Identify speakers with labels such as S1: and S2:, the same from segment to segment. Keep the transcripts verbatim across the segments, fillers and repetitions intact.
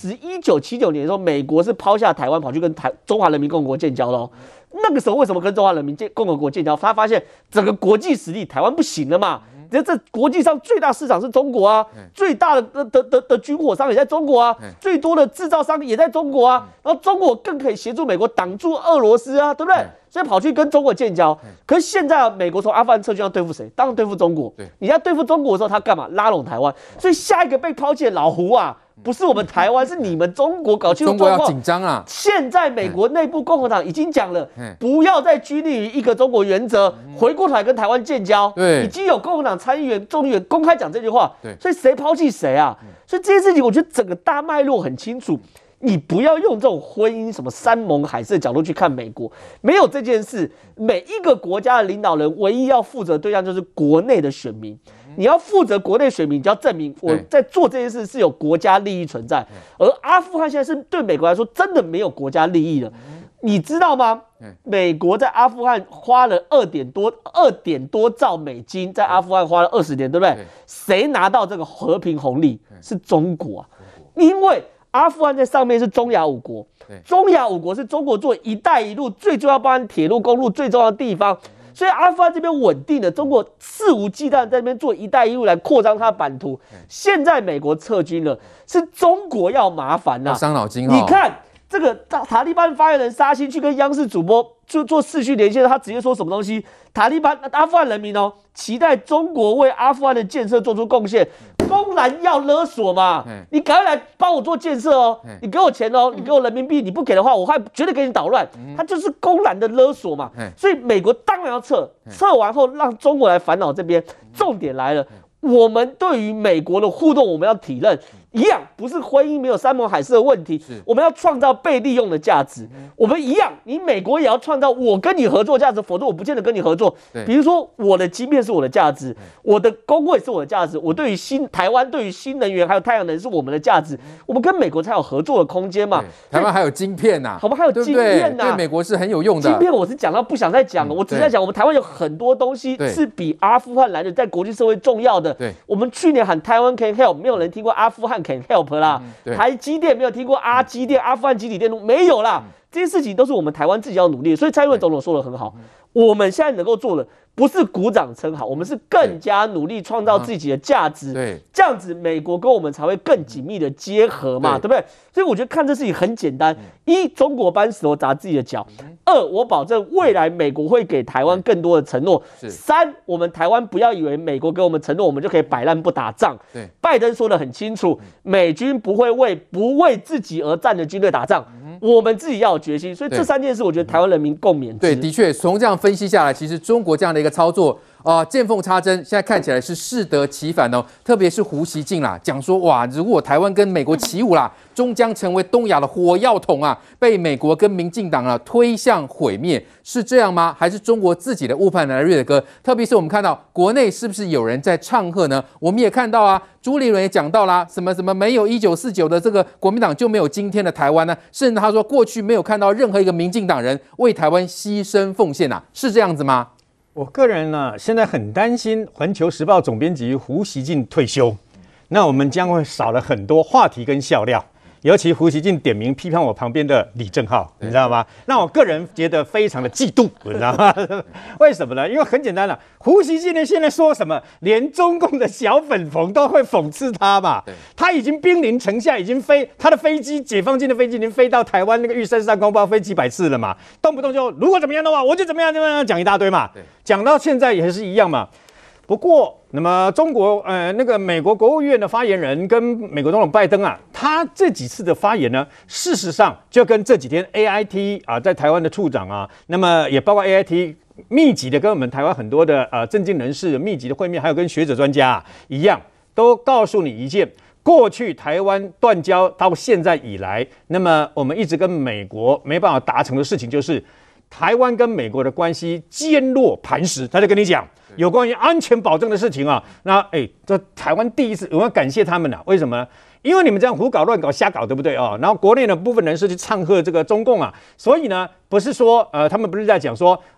S1: 时一九七九年的时候，美国是抛下台湾跑去跟台中华人民共和国建交的哦。那个时候为什么跟中华人民共和国建交？他发现整个国际实力台湾不行了嘛。这这国际上最大市场是中国啊，最大的的的的的军火商也在中国啊，最多的制造商也在中国啊，然后中国更可以协助美国挡住俄罗斯啊，对不对？所以跑去跟中国建交。可是现在美国从阿富汗撤军要对付谁？当然对付中国。你要对付中国的时候，他干嘛？拉拢台湾。所以下一个被抛弃的老胡啊，不是我们台湾，是你们中国搞清楚状况。
S2: 中国要紧张啊！
S1: 现在美国内部共和党已经讲了，不要再拘泥于一个中国原则，回过头来跟台湾建交。
S2: 对，
S1: 已经有共和党参议员、众议员公开讲这句话。
S2: 对，
S1: 所以谁抛弃谁啊？所以这件事情，我觉得整个大脉络很清楚。你不要用这种婚姻什么山盟海誓的角度去看美国，没有这件事。每一个国家的领导人唯一要负责的对象就是国内的选民。你要负责国内选民，你就要证明我在做这件事是有国家利益存在。而阿富汗现在是对美国来说真的没有国家利益了，你知道吗？美国在阿富汗花了二点多二点多兆美金，在阿富汗花了二十年，对不对？谁拿到这个和平红利？是中国啊，因为阿富汗在上面是中亚五国，中亚五国是中国做“一带一路”最重要，包含铁路、公路最重要的地方。所以阿富汗这边稳定的，中国肆无忌惮在那边做“一带一路”来扩张它的版图。现在美国撤军了，是中国要麻烦呐、啊，
S2: 伤脑筋。
S1: 你看这个塔利班发言人沙欣去跟央视主播就做视讯连线，他直接说什么东西？塔利班阿富汗人民哦，期待中国为阿富汗的建设做出贡献。公然要勒索嘛？你赶快来帮我做建设哦！你给我钱哦，你给我人民币，你不给的话，我还绝对给你捣乱。他就是公然的勒索嘛。所以美国当然要撤，撤完后让中国来烦恼这边。重点来了，我们对于美国的互动，我们要体认。一样不是婚姻没有山盟海誓的问题，我们要创造被利用的价值。我们一样，你美国也要创造我跟你合作价值，否则我不见得跟你合作。比如说我的晶片是我的价值，我的工位是我的价值，我对于新台湾对于新能源还有太阳能是我们的价值，我们跟美国才有合作的空间嘛。
S2: 台湾还有晶片呐、啊，
S1: 我们还有晶片呐、啊，
S2: 对美国是很有用的。
S1: 晶片我是讲到不想再讲了，嗯、我只在讲我们台湾有很多东西是比阿富汗来的在国际社会重要的。
S2: 对，
S1: 我们去年喊台湾 can help， 没有人听过阿富汗 can help 啦。嗯、台积电没有听过阿积电、阿富汗集体电路没有啦，嗯、这些事情都是我们台湾自己要努力的。所以蔡英文总统说得很好，我们现在能够做的不是鼓掌称好，我们是更加努力创造自己的价值。对，这样子美国跟我们才会更紧密的结合嘛， 对, 对不对？所以我觉得看这事情很简单：一，中国搬石头砸自己的脚；二，我保证未来美国会给台湾更多的承诺；三，我们台湾不要以为美国给我们承诺，我们就可以摆烂不打仗。对，拜登说得很清楚，美军不会为不为自己而战的军队打仗。我们自己要有决心，所以这三件事，我觉得台湾人民共勉之。
S2: 对，的确，从这样分析下来，其实中国这样的一个操作啊、呃，见缝插针，现在看起来是适得其反哦。特别是胡锡进啦，讲说哇，如果台湾跟美国起舞啦，终将成为东亚的火药桶啊，被美国跟民进党啊推向毁灭，是这样吗？还是中国自己的误判来瑞的歌？特别是我们看到国内是不是有人在唱和呢？我们也看到啊。朱立伦也讲到啦，什么什么没有一九四九的这个国民党就没有今天的台湾呢？甚至他说过去没有看到任何一个民进党人为台湾牺牲奉献啊，是这样子吗？
S3: 我个人呢，现在很担心《环球时报》总编辑胡锡进退休，那我们将会少了很多话题跟笑料。尤其胡锡进点名批判我旁边的李正皓，你知道吗？让我个人觉得非常的嫉妒，你知道吗？为什么呢？因为很简单了，胡锡进呢现在说什么，连中共的小粉红都会讽刺他嘛。他已经兵临城下，已经飞他的飞机，解放军的飞机已经飞到台湾那个玉山上空，不知道飞几百次了嘛。动不动就如果怎么样的话，我就怎么样怎么样讲一大堆嘛。讲到现在也是一样嘛。不过，那么中国呃那个美国国务院的发言人跟美国总统拜登啊，他这几次的发言呢，事实上就跟这几天 A I T 啊在台湾的处长啊，那么也包括 A I T 密集的跟我们台湾很多的呃政经人士密集的会面，还有跟学者专家、啊、一样，都告诉你一件。过去台湾断交到现在以来，那么我们一直跟美国没办法达成的事情，就是台湾跟美国的关系坚若磐石。他就跟你讲有关于安全保证的事情啊，那哎，这台湾第一次，我要感谢他们啊，为什么呢？因为你们这样胡搞乱搞瞎搞，对不对啊？然后国内的部分人士去唱和这个中共啊，所以呢，不是说呃，他们不是在讲说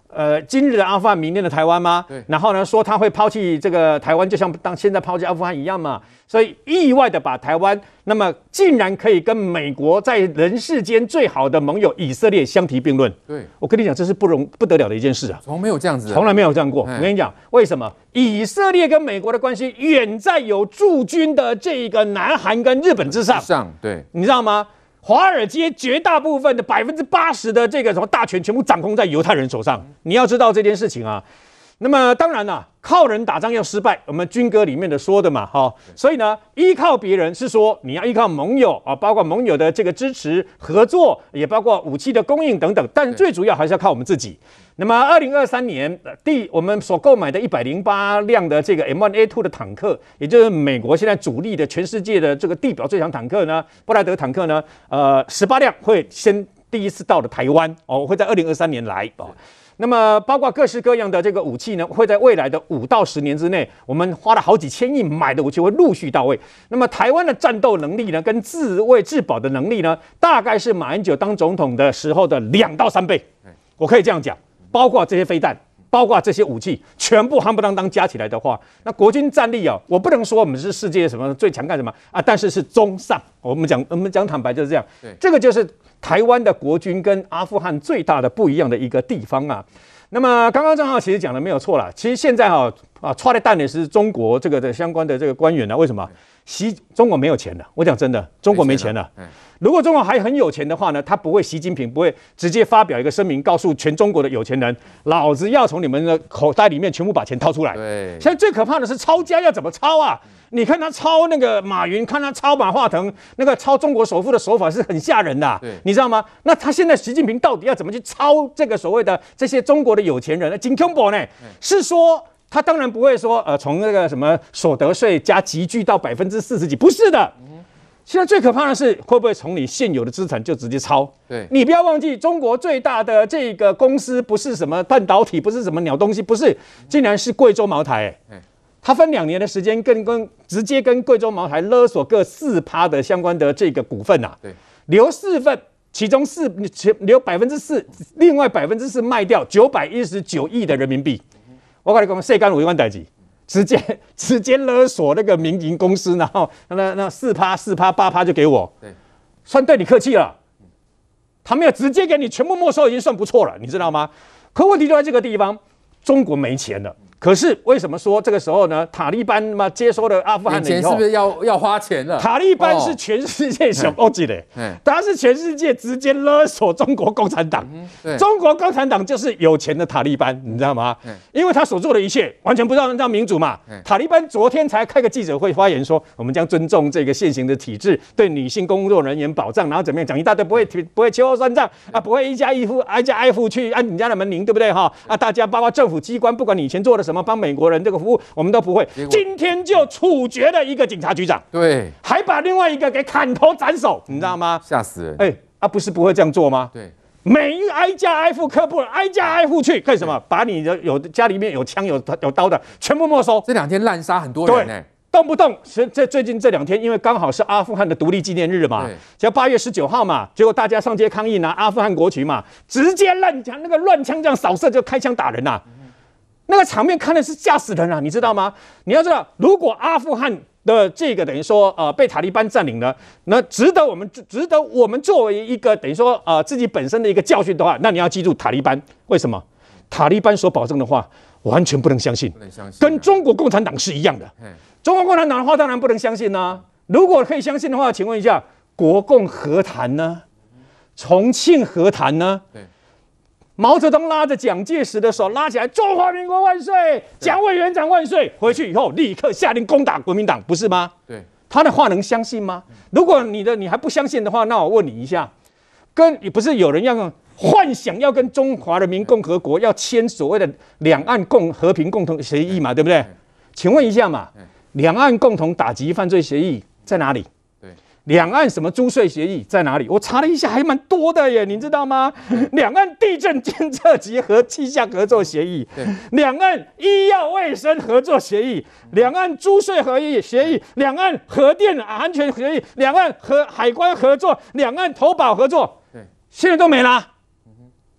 S3: 呃，今日的阿富汗，明天的台湾吗？
S2: 对。
S3: 然后呢，说他会抛弃这个台湾，就像当现在抛弃阿富汗一样嘛。所以意外的把台湾，那么竟然可以跟美国在人世间最好的盟友以色列相提并论。
S2: 对，
S3: 我跟你讲，这是不容不得了的一件事啊，
S2: 从没有这样子，
S3: 从来没有这样过。我跟你讲，为什么？以色列跟美国的关系远在有驻军的这个南韩跟日本之上。
S2: 上，对，
S3: 你知道吗？华尔街绝大部分的百分之八十的这个什么大权，全部掌控在犹太人手上。你要知道这件事情啊。那么当然啦，靠人打仗要失败，我们军歌里面的说的嘛，哈。所以呢，依靠别人是说你要依靠盟友啊，包括盟友的这个支持合作，也包括武器的供应等等。但最主要还是要靠我们自己。那么，二零二三年第我们所购买的一百零八辆的这个 M 一 A 二 的坦克，也就是美国现在主力的全世界的这个地表最强坦克呢，布莱德坦克呢，呃，十八辆会先第一次到了台湾哦，会在二零二三年来哦。那么，包括各式各样的这个武器呢，会在未来的五到十年之内，我们花了好几千亿买的武器会陆续到位。那么，台湾的战斗能力呢，跟自卫自保的能力呢，大概是马英九当总统的时候的两到三倍。我可以这样讲。包括这些飞弹，包括这些武器，全部夯不啷当加起来的话，那国军战力啊，我不能说我们是世界什么最强干什么啊，但是是中上。我们讲，我们讲坦白就是这样。这个就是台湾的国军跟阿富汗最大的不一样的一个地方啊。那么刚刚正好其实讲的没有错啦，其实现在哈啊，抓的蛋也是中国这个的相关的这个官员啊，为什么？习中国没有钱了，我讲真的，中国没钱了。如果中国还很有钱的话呢，他不会，习近平不会直接发表一个声明，告诉全中国的有钱人，老子要从你们的口袋里面全部把钱掏出来。
S2: 对，
S3: 现在最可怕的是抄家要怎么抄啊？你看他抄那个马云，看他抄马化腾，那个抄中国首富的手法是很吓人的、啊，你知道吗？那他现在习近平到底要怎么去抄这个所谓的这些中国的有钱人呢？金恐怖呢？是说。他当然不会说，呃，从那个什么所得税加集聚到百分之四十几，不是的。现在最可怕的是，会不会从你现有的资产就直接抄？
S2: 对，
S3: 你不要忘记，中国最大的这个公司不是什么半导体，不是什么鸟东西，不是，竟然是贵州茅台、欸。他分两年的时间跟跟直接跟贵州茅台勒索各四趴的相关的这个股份啊，
S2: 对，
S3: 留四份。其中四留百分之四，另外百分之四卖掉九百一十九亿的人民币。我跟你讲，世间有一万代志，直接直接勒索那个民营公司，然后那那四趴四趴八趴就给我，对，算对你客气了。他没有直接给你全部没收，已经算不错了，你知道吗？可问题就在这个地方，中国没钱了。可是为什么说这个时候呢？塔利班嘛接收了阿富汗了以后，
S2: 钱是不是要要花钱了？
S3: 塔利班是全世界小欧级的，他是全世界直接勒索中国共产党。嗯、中国共产党就是有钱的塔利班，你知道吗？因为他所做的一切完全不按照民主嘛。塔利班昨天才开个记者会发言说，我们将尊重这个现行的体制，对女性工作人员保障，然后怎么样讲一大堆，不会不会秋后算账啊，不会一家一户挨家挨户去按你家的门铃，对不对哈？啊，大家包括政府机关，不管你以前做的什么帮美国人这个服务，我们都不会。今天就处决了一个警察局长，
S2: 对，
S3: 还把另外一个给砍头斩首，你知道吗？
S2: 吓死人！
S3: 哎、欸，啊，不是不会这样做吗？
S2: 对，
S3: 每一挨家挨户科布，挨家挨户去干什么？把你的有家里面有枪有有刀的全部没收。
S2: 这两天滥杀很多人呢、欸。
S3: 动不动这最近这两天，因为刚好是阿富汗的独立纪念日嘛，叫八月十九号嘛，结果大家上街抗议拿阿富汗国旗嘛，直接乱枪那个乱枪这样扫射就开枪打人呐、啊，那个场面看的是吓死人啊，你知道吗？你要知道，如果阿富汗的这个等于说呃被塔利班占领了，那值得我们值得我们作为一个等于说呃自己本身的一个教训的话，那你要记住塔利班为什么？塔利班所保证的话完全不能相信，
S2: 不能相信、啊，
S3: 跟中国共产党是一样的。中国共产党的话当然不能相信啦、啊。如果可以相信的话，请问一下，国共和谈呢？重庆和谈呢？对。毛泽东拉着蒋介石的手拉起来，中华民国万岁，蒋委员长万岁。回去以后立刻下令攻打国民党，不是吗？对。他的话能相信吗？如果你的你还不相信的话，那我问你一下，跟不是有人要幻想要跟中华人民共和国要签所谓的两岸共和平共同协议嘛，对不对？请问一下嘛。两岸共同打击犯罪协议在哪里？对，两岸什么租税协议在哪里？我查了一下，还蛮多的耶，你知道吗？两岸地震监测及和气象合作协议，两岸医药卫生合作协议，两岸租税合议协议，两岸核电安全协议，两岸和海关合作，两岸投保合作，对，现在都没啦。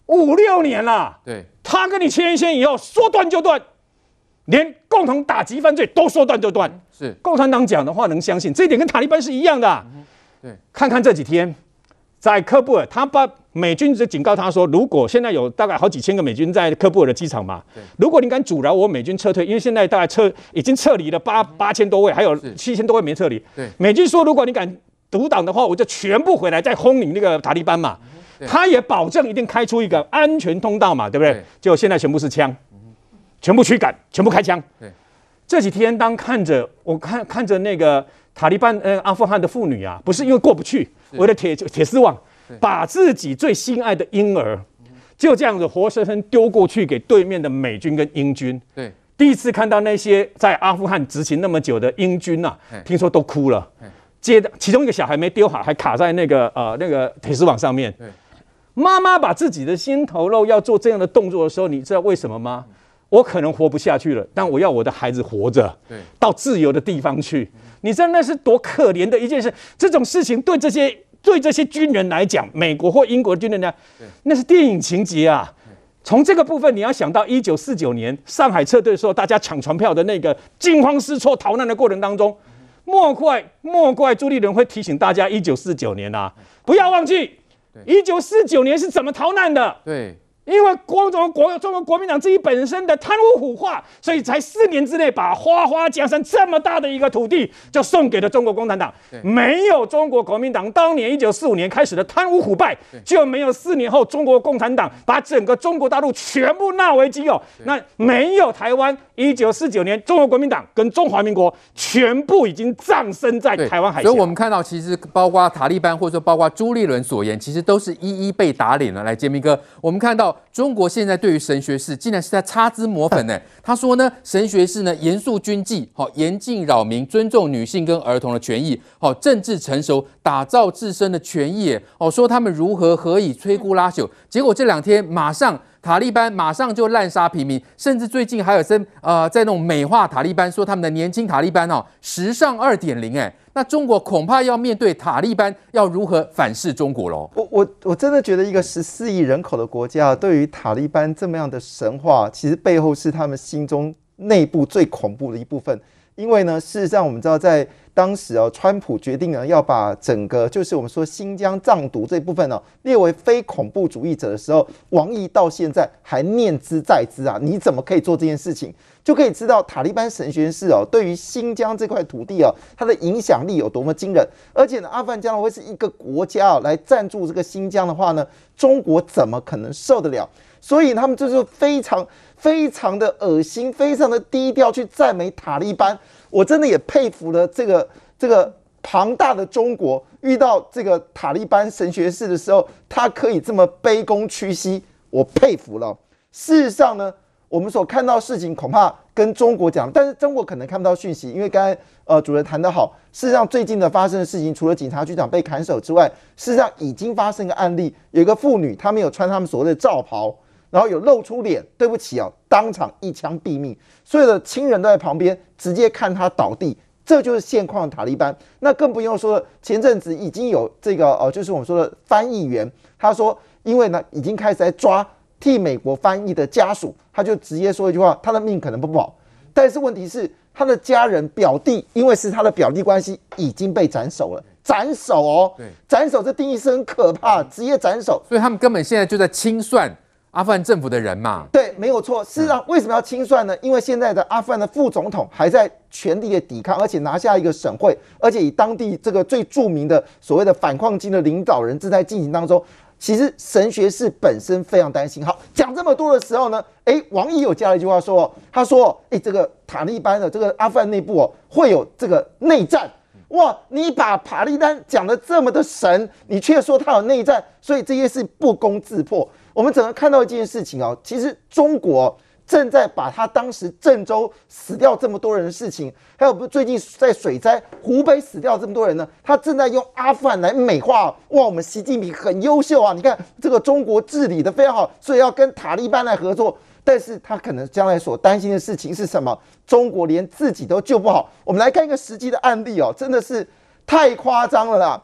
S3: 五六年了。
S2: 对，
S3: 他跟你签一签以后，说断就断，连共同打击犯罪都说断就断。
S2: 是
S3: 共产党讲的话能相信，这一点跟塔利班是一样的、啊。
S2: 对，
S3: 看看这几天，在喀布尔，他把美军就警告他说，如果现在有大概好几千个美军在喀布尔的机场嘛，如果你敢阻挠我美军撤退，因为现在大概撤已经撤离了八八千多位，还有七千多位没撤离。对，美军说，如果你敢阻挡的话，我就全部回来再轰你那个塔利班嘛。他也保证一定开出一个安全通道嘛，对不对？结果现在全部是枪，全部驱赶，全部开枪。对。这几天，当看着我看看着那个塔利班呃阿富汗的妇女啊，不是因为过不去，为了铁铁丝网，把自己最心爱的婴儿就这样子活生生丢过去给对面的美军跟英军。对，第一次看到那些在阿富汗执勤那么久的英军啊，听说都哭了。接的其中一个小孩没丢好，还卡在那个呃那个铁丝网上面。妈妈把自己的心头肉要做这样的动作的时候，你知道为什么吗？我可能活不下去了，但我要我的孩子活着，到自由的地方去。你知道那是多可怜的一件事。这种事情对这些对这些军人来讲，美国或英国的军人呢，那是电影情节啊。从这个部分，你要想到一九四九年上海撤退的时候，大家抢船票的那个惊慌失措逃难的过程当中，莫怪莫怪朱立伦会提醒大家，一九四九年啊，不要忘记，一九四九年是怎么逃难的？对。因为光中国中国国民党自己本身的贪污腐化，所以才四年之内把花花江山这么大的一个土地就送给了中国共产党。没有中国国民党当年一九四五年开始的贪污腐败，就没有四年后中国共产党把整个中国大陆全部纳为己有。那没有台湾，一九四九年中国国民党跟中华民国全部已经葬身在台湾海峡。
S2: 所以我们看到，其实包括塔利班或者说包括朱立伦所言，其实都是一一被打脸了。来，杰明哥，我们看到。中国现在对于神学士竟然是在擦脂抹粉呢？他说呢，神学士呢严肃军纪，好严禁扰民，尊重女性跟儿童的权益，好政治成熟，打造自身的权益，哦说他们如何何以摧枯拉朽，结果这两天马上。塔利班马上就滥杀平民，甚至最近还有在呃在那种美化塔利班，说他们的年轻塔利班哦时尚 二点零 哎，那中国恐怕要面对塔利班要如何反噬中国喽？
S4: 我我我真的觉得一个十四亿人口的国家，对于塔利班这么样的神话，其实背后是他们心中内部最恐怖的一部分。因为呢，事实上我们知道，在当时哦，川普决定呢要把整个就是我们说新疆藏独这部分呢、哦、列为非恐怖主义者的时候，王毅到现在还念之在之啊！你怎么可以做这件事情？就可以知道塔利班神学士哦，对于新疆这块土地哦，它的影响力有多么惊人。而且呢，阿富汗将来会是一个国家哦来赞助这个新疆的话呢，中国怎么可能受得了？所以他们就是非常非常的恶心，非常的低调去赞美塔利班。我真的也佩服了这个这个庞大的中国，遇到这个塔利班神学士的时候，他可以这么卑躬屈膝，我佩服了。事实上呢，我们所看到的事情恐怕跟中国讲，但是中国可能看不到讯息，因为刚才呃主任谈得好，事实上最近的发生的事情，除了警察局长被砍手之外，事实上已经发生一个案例，有一个妇女她没有穿他们所谓的罩袍。然后有露出脸，对不起啊，当场一枪毙命，所有的亲人都在旁边，直接看他倒地，这就是现况的塔利班。那更不用说了，前阵子已经有这个呃，就是我们说的翻译员，他说，因为呢已经开始在抓替美国翻译的家属，他就直接说一句话，他的命可能不保。但是问题是，他的家人表弟，因为是他的表弟关系，已经被斩首了。斩首哦，斩首这定义是很可怕，职业斩首，
S2: 所以他们根本现在就在清算。阿富汗政府的人嘛，
S4: 对，没有错。事实上，为什么要清算呢？因为现在的阿富汗的副总统还在全力的抵抗，而且拿下一个省会，而且以当地这个最著名的所谓的反抗军的领导人正在进行当中。其实神学士本身非常担心。好，讲这么多的时候呢，哎，王毅有加了一句话说，他说，哎，这个塔利班的这个阿富汗内部哦，会有这个内战。哇，你把塔利班讲得这么的神，你却说他有内战，所以这些是不攻自破。我们整个看到一件事情哦，其实中国正在把他当时郑州死掉这么多人的事情，还有不最近在水灾湖北死掉这么多人呢，他正在用阿富汗来美化。哇，我们习近平很优秀啊，你看这个中国治理的非常好，所以要跟塔利班来合作。但是他可能将来所担心的事情是什么？中国连自己都救不好。我们来看一个实际的案例哦，真的是太夸张了啦。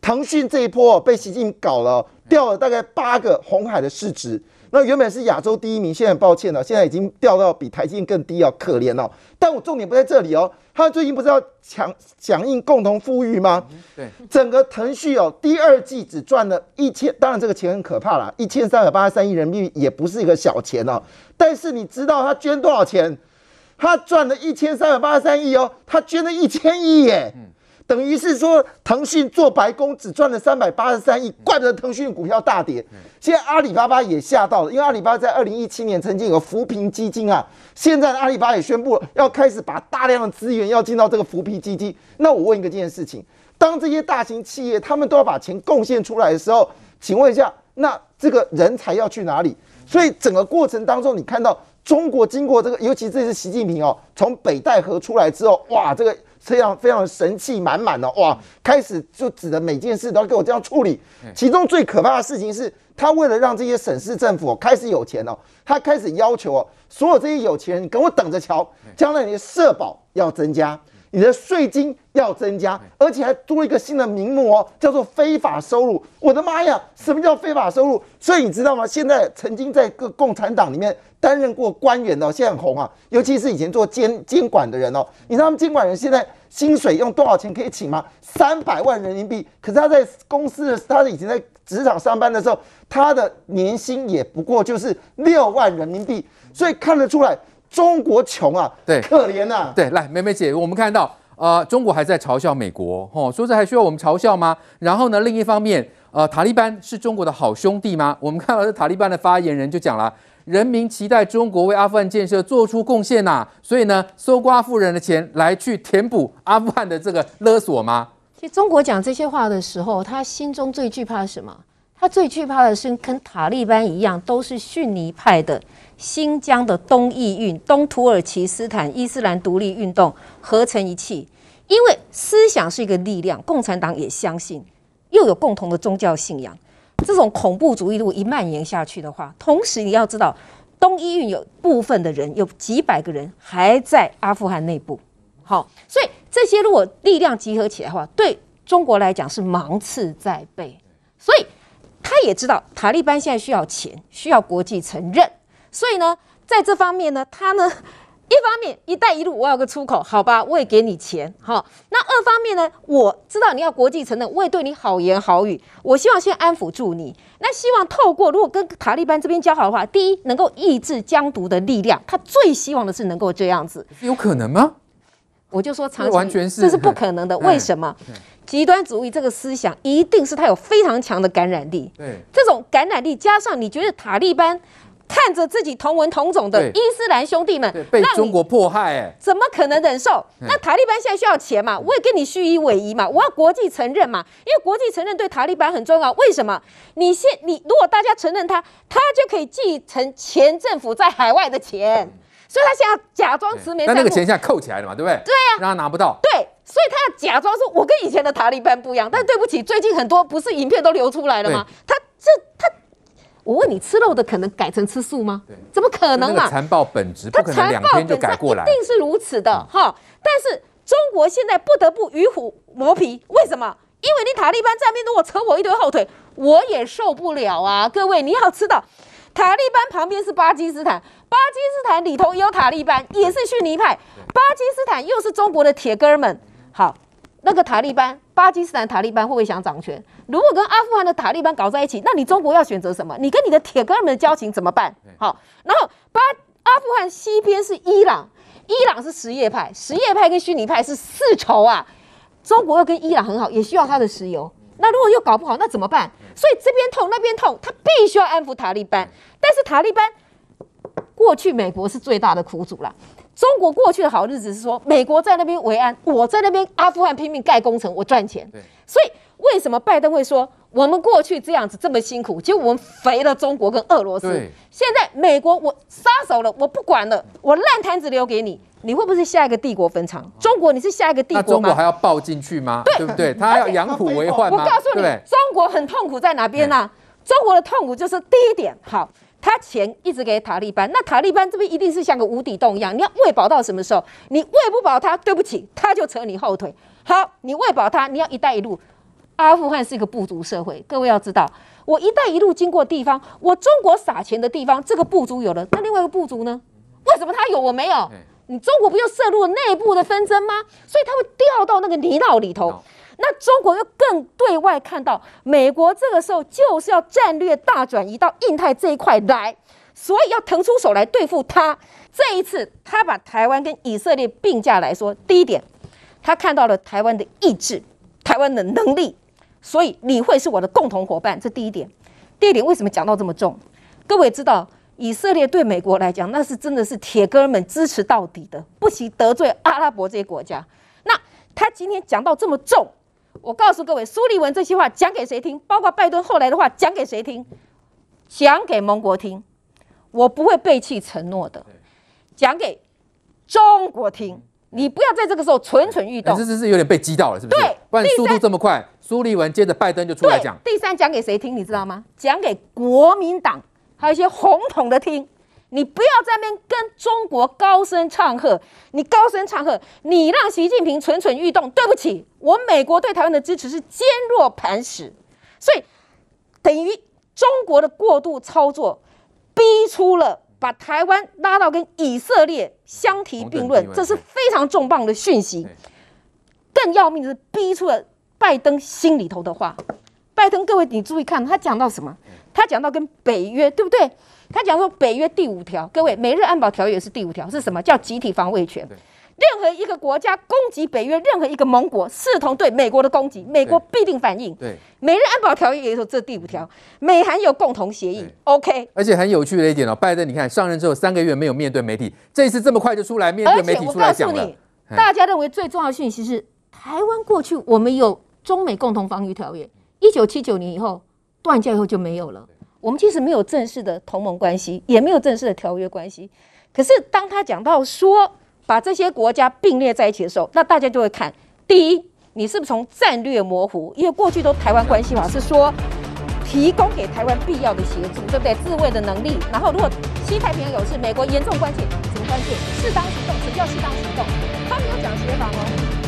S4: 腾讯这一波被习近平搞了，掉了大概八个红海的市值。那原本是亚洲第一名，现在很抱歉了，现在已经掉到比台积电更低哦，可怜哦。但我重点不在这里哦，他们最近不是要强响应共同富裕吗？
S2: 对，
S4: 整个腾讯哦，第二季只赚了一千，当然这个钱很可怕啦，一千三百八十三亿人民币也不是一个小钱哦。但是你知道他捐多少钱？他赚了一千三百八十三亿哦，他捐了一千亿耶。嗯，等于是说，腾讯做白工只赚了三百八十三亿，怪不得腾讯股票大跌。现在阿里巴巴也吓到了，因为阿里巴巴在二零一七年曾经有个扶贫基金啊，现在阿里巴巴也宣布了要开始把大量的资源要进到这个扶贫基金。那我问一个件事情，当这些大型企业他们都要把钱贡献出来的时候，请问一下，那这个人才要去哪里？所以整个过程当中，你看到中国经过这个，尤其这次习近平哦，从北戴河出来之后，哇，这个非常非常神气满满的，哇，开始就指的每件事都要给我这样处理。其中最可怕的事情是，他为了让这些省市政府、哦、开始有钱哦，他开始要求哦，所有这些有钱人，你跟我等着瞧，将来你的社保要增加。你的税金要增加，而且还多一个新的名目哦，叫做非法收入。我的妈呀，什么叫非法收入？所以你知道吗？现在曾经在各共产党里面担任过官员的、哦，现在很红啊，尤其是以前做监监管的人哦。你知道他们监管人现在薪水用多少钱可以请吗？三百万人民币。可是他在公司的，他以前在职场上班的时候，他的年薪也不过就是六万人民币。所以看得出来。中国穷啊，
S2: 对，
S4: 可怜啊。
S2: 对，来，梅梅姐，我们看到，呃，中国还在嘲笑美国，哦，说这还需要我们嘲笑吗？然后呢，另一方面，呃，塔利班是中国的好兄弟吗？我们看到这塔利班的发言人就讲了，人民期待中国为阿富汗建设做出贡献呐、啊，所以呢，搜刮富人的钱来去填补阿富汗的这个勒索吗？
S5: 其实中国讲这些话的时候，他心中最惧怕的是什么？他最惧怕的是跟塔利班一样，都是逊尼派的新疆的东伊运、东土耳其斯坦伊斯兰独立运动合成一气。因为思想是一个力量，共产党也相信，又有共同的宗教信仰。这种恐怖主义如果一蔓延下去的话，同时你要知道，东伊运有部分的人，有几百个人还在阿富汗内部。好，所以这些如果力量集合起来的话，对中国来讲是芒刺在背。所以他也知道塔利班现在需要钱，需要国际承认，所以呢，在这方面呢，他呢，一方面“一带一路”我有个出口，好吧，我也给你钱，好。那二方面呢，我知道你要国际承认，我也对你好言好语，我希望先安抚住你。那希望透过如果跟塔利班这边交好的话，第一能够抑制疆独的力量，他最希望的是能够这样子。
S2: 有可能吗？
S5: 我就说长期
S2: 完全是
S5: 这是不可能的，为什么？极端主义这个思想一定是它有非常强的感染力。
S2: 对，
S5: 这种感染力加上你觉得塔利班看着自己同文同种的伊斯兰兄弟们
S2: 被中国迫害，哎，
S5: 怎么可能忍受？那塔利班现在需要钱嘛，我也跟你虚以委蛇嘛，我要国际承认嘛，因为国际承认对塔利班很重要。为什么？你现你如果大家承认他，他就可以继承前政府在海外的钱。所以他现在假装慈眉善目，
S2: 但那个钱现在扣起来了嘛，对不对？
S5: 对呀、啊，
S2: 让他拿不到。
S5: 对，所以他要假装说，我跟以前的塔利班不一样。但对不起，最近很多不是影片都流出来了吗？他这他，我问你，吃肉的可能改成吃素吗？怎么可能嘛？
S2: 残暴本质不可能两天就改过来，
S5: 一定是如此的哈、嗯。但是中国现在不得不与虎磨皮，为什么？因为你塔利班在那边如果扯我一堆后腿，我也受不了啊！各位，你要知道。塔利班旁边是巴基斯坦，巴基斯坦里头也有塔利班，也是逊尼派。巴基斯坦又是中国的铁哥们。好，那个塔利班，巴基斯坦塔利班会不会想掌权？如果跟阿富汗的塔利班搞在一起，那你中国要选择什么？你跟你的铁哥们的交情怎么办？好，然后巴阿富汗西边是伊朗，伊朗是什叶派，什叶派跟逊尼派是世仇啊。中国又跟伊朗很好，也需要它的石油。那如果又搞不好，那怎么办？所以这边痛那边痛，他必须要安抚塔利班。但是塔利班过去美国是最大的苦主啦。中国过去的好日子是说，美国在那边维安，我在那边阿富汗拼命盖工程，我赚钱。所以为什么拜登会说我们过去这样子这么辛苦，结果我们肥了中国跟俄罗斯？现在美国我撒手了，我不管了，我烂摊子留给你。你会不会是下一个帝国分厂？中国，你是下一个帝国吗？
S2: 那中国还要抱进去吗？对, 对不对？他要养虎为患吗？
S5: 我告诉你，中国很痛苦在哪边呢、啊？中国的痛苦就是第一点，好，他钱一直给塔利班，那塔利班这边一定是像个无底洞一样，你要喂饱到什么时候？你喂不饱他，对不起，他就扯你后腿。好，你喂饱他，你要一带一路， 阿富汗是一个部族社会，各位要知道，我“一带一路”经过地方，我中国撒钱的地方，这个部族有了，那另外一个部族呢？为什么他有我没有？你中国不就涉入了内部的纷争吗？所以他会掉到那个泥淖里头。那中国又更对外看到，美国这个时候就是要战略大转移到印太这一块来，所以要腾出手来对付他。这一次，他把台湾跟以色列并驾来说，第一点，他看到了台湾的意志、台湾的能力，所以你会是我的共同伙伴，这第一点。第二点，为什么讲到这么重？各位知道，以色列对美国来讲，那是真的是铁哥们支持到底的，不惜得罪阿拉伯这些国家。那他今天讲到这么重，我告诉各位，苏利文这些话讲给谁听？包括拜登后来的话讲给谁听？讲给盟国听。我不会背弃承诺的，讲给中国听。你不要在这个时候蠢蠢欲动。
S2: 这是是有点被激到了，是不是？
S5: 对，
S2: 不然速度这么快，苏利文接着拜登就出来讲。
S5: 第三，讲给谁听？你知道吗？讲给国民党还有一些红统的听。你不要在那边跟中国高声唱和，你高声唱和，你让习近平蠢蠢欲动。对不起，我美国对台湾的支持是坚若磐石，所以等于中国的过度操作，逼出了把台湾拉到跟以色列相提并论，这是非常重磅的讯息。更要命的是，逼出了拜登心里头的话。拜登，各位你注意看，他讲到什么？他讲到跟北约，对不对？他讲说北约第五条，各位，美日安保条约是第五条，是什么？叫集体防卫权。任何一个国家攻击北约任何一个盟国，视同对美国的攻击，美国必定反应。
S2: 对，
S5: 美日安保条约也有这第五条，美韩有共同协议。OK，
S2: 而且很有趣的一点哦，拜登你看上任之后三个月没有面对媒体，这一次这么快就出来面对媒体出来讲了。
S5: 而且我告诉你，大家认为最重要的讯息是，台湾过去我们有中美共同防御条约，一九七九年以后断交以后就没有了。我们其实没有正式的同盟关系，也没有正式的条约关系。可是当他讲到说把这些国家并列在一起的时候，那大家就会看：第一，你是不是从战略模糊？因为过去都台湾关系法是说提供给台湾必要的协助，对不对？自卫的能力。然后如果西太平洋有事，美国严重关切，什么关切？适当行动，什么叫适当行动？他没有讲协防哦。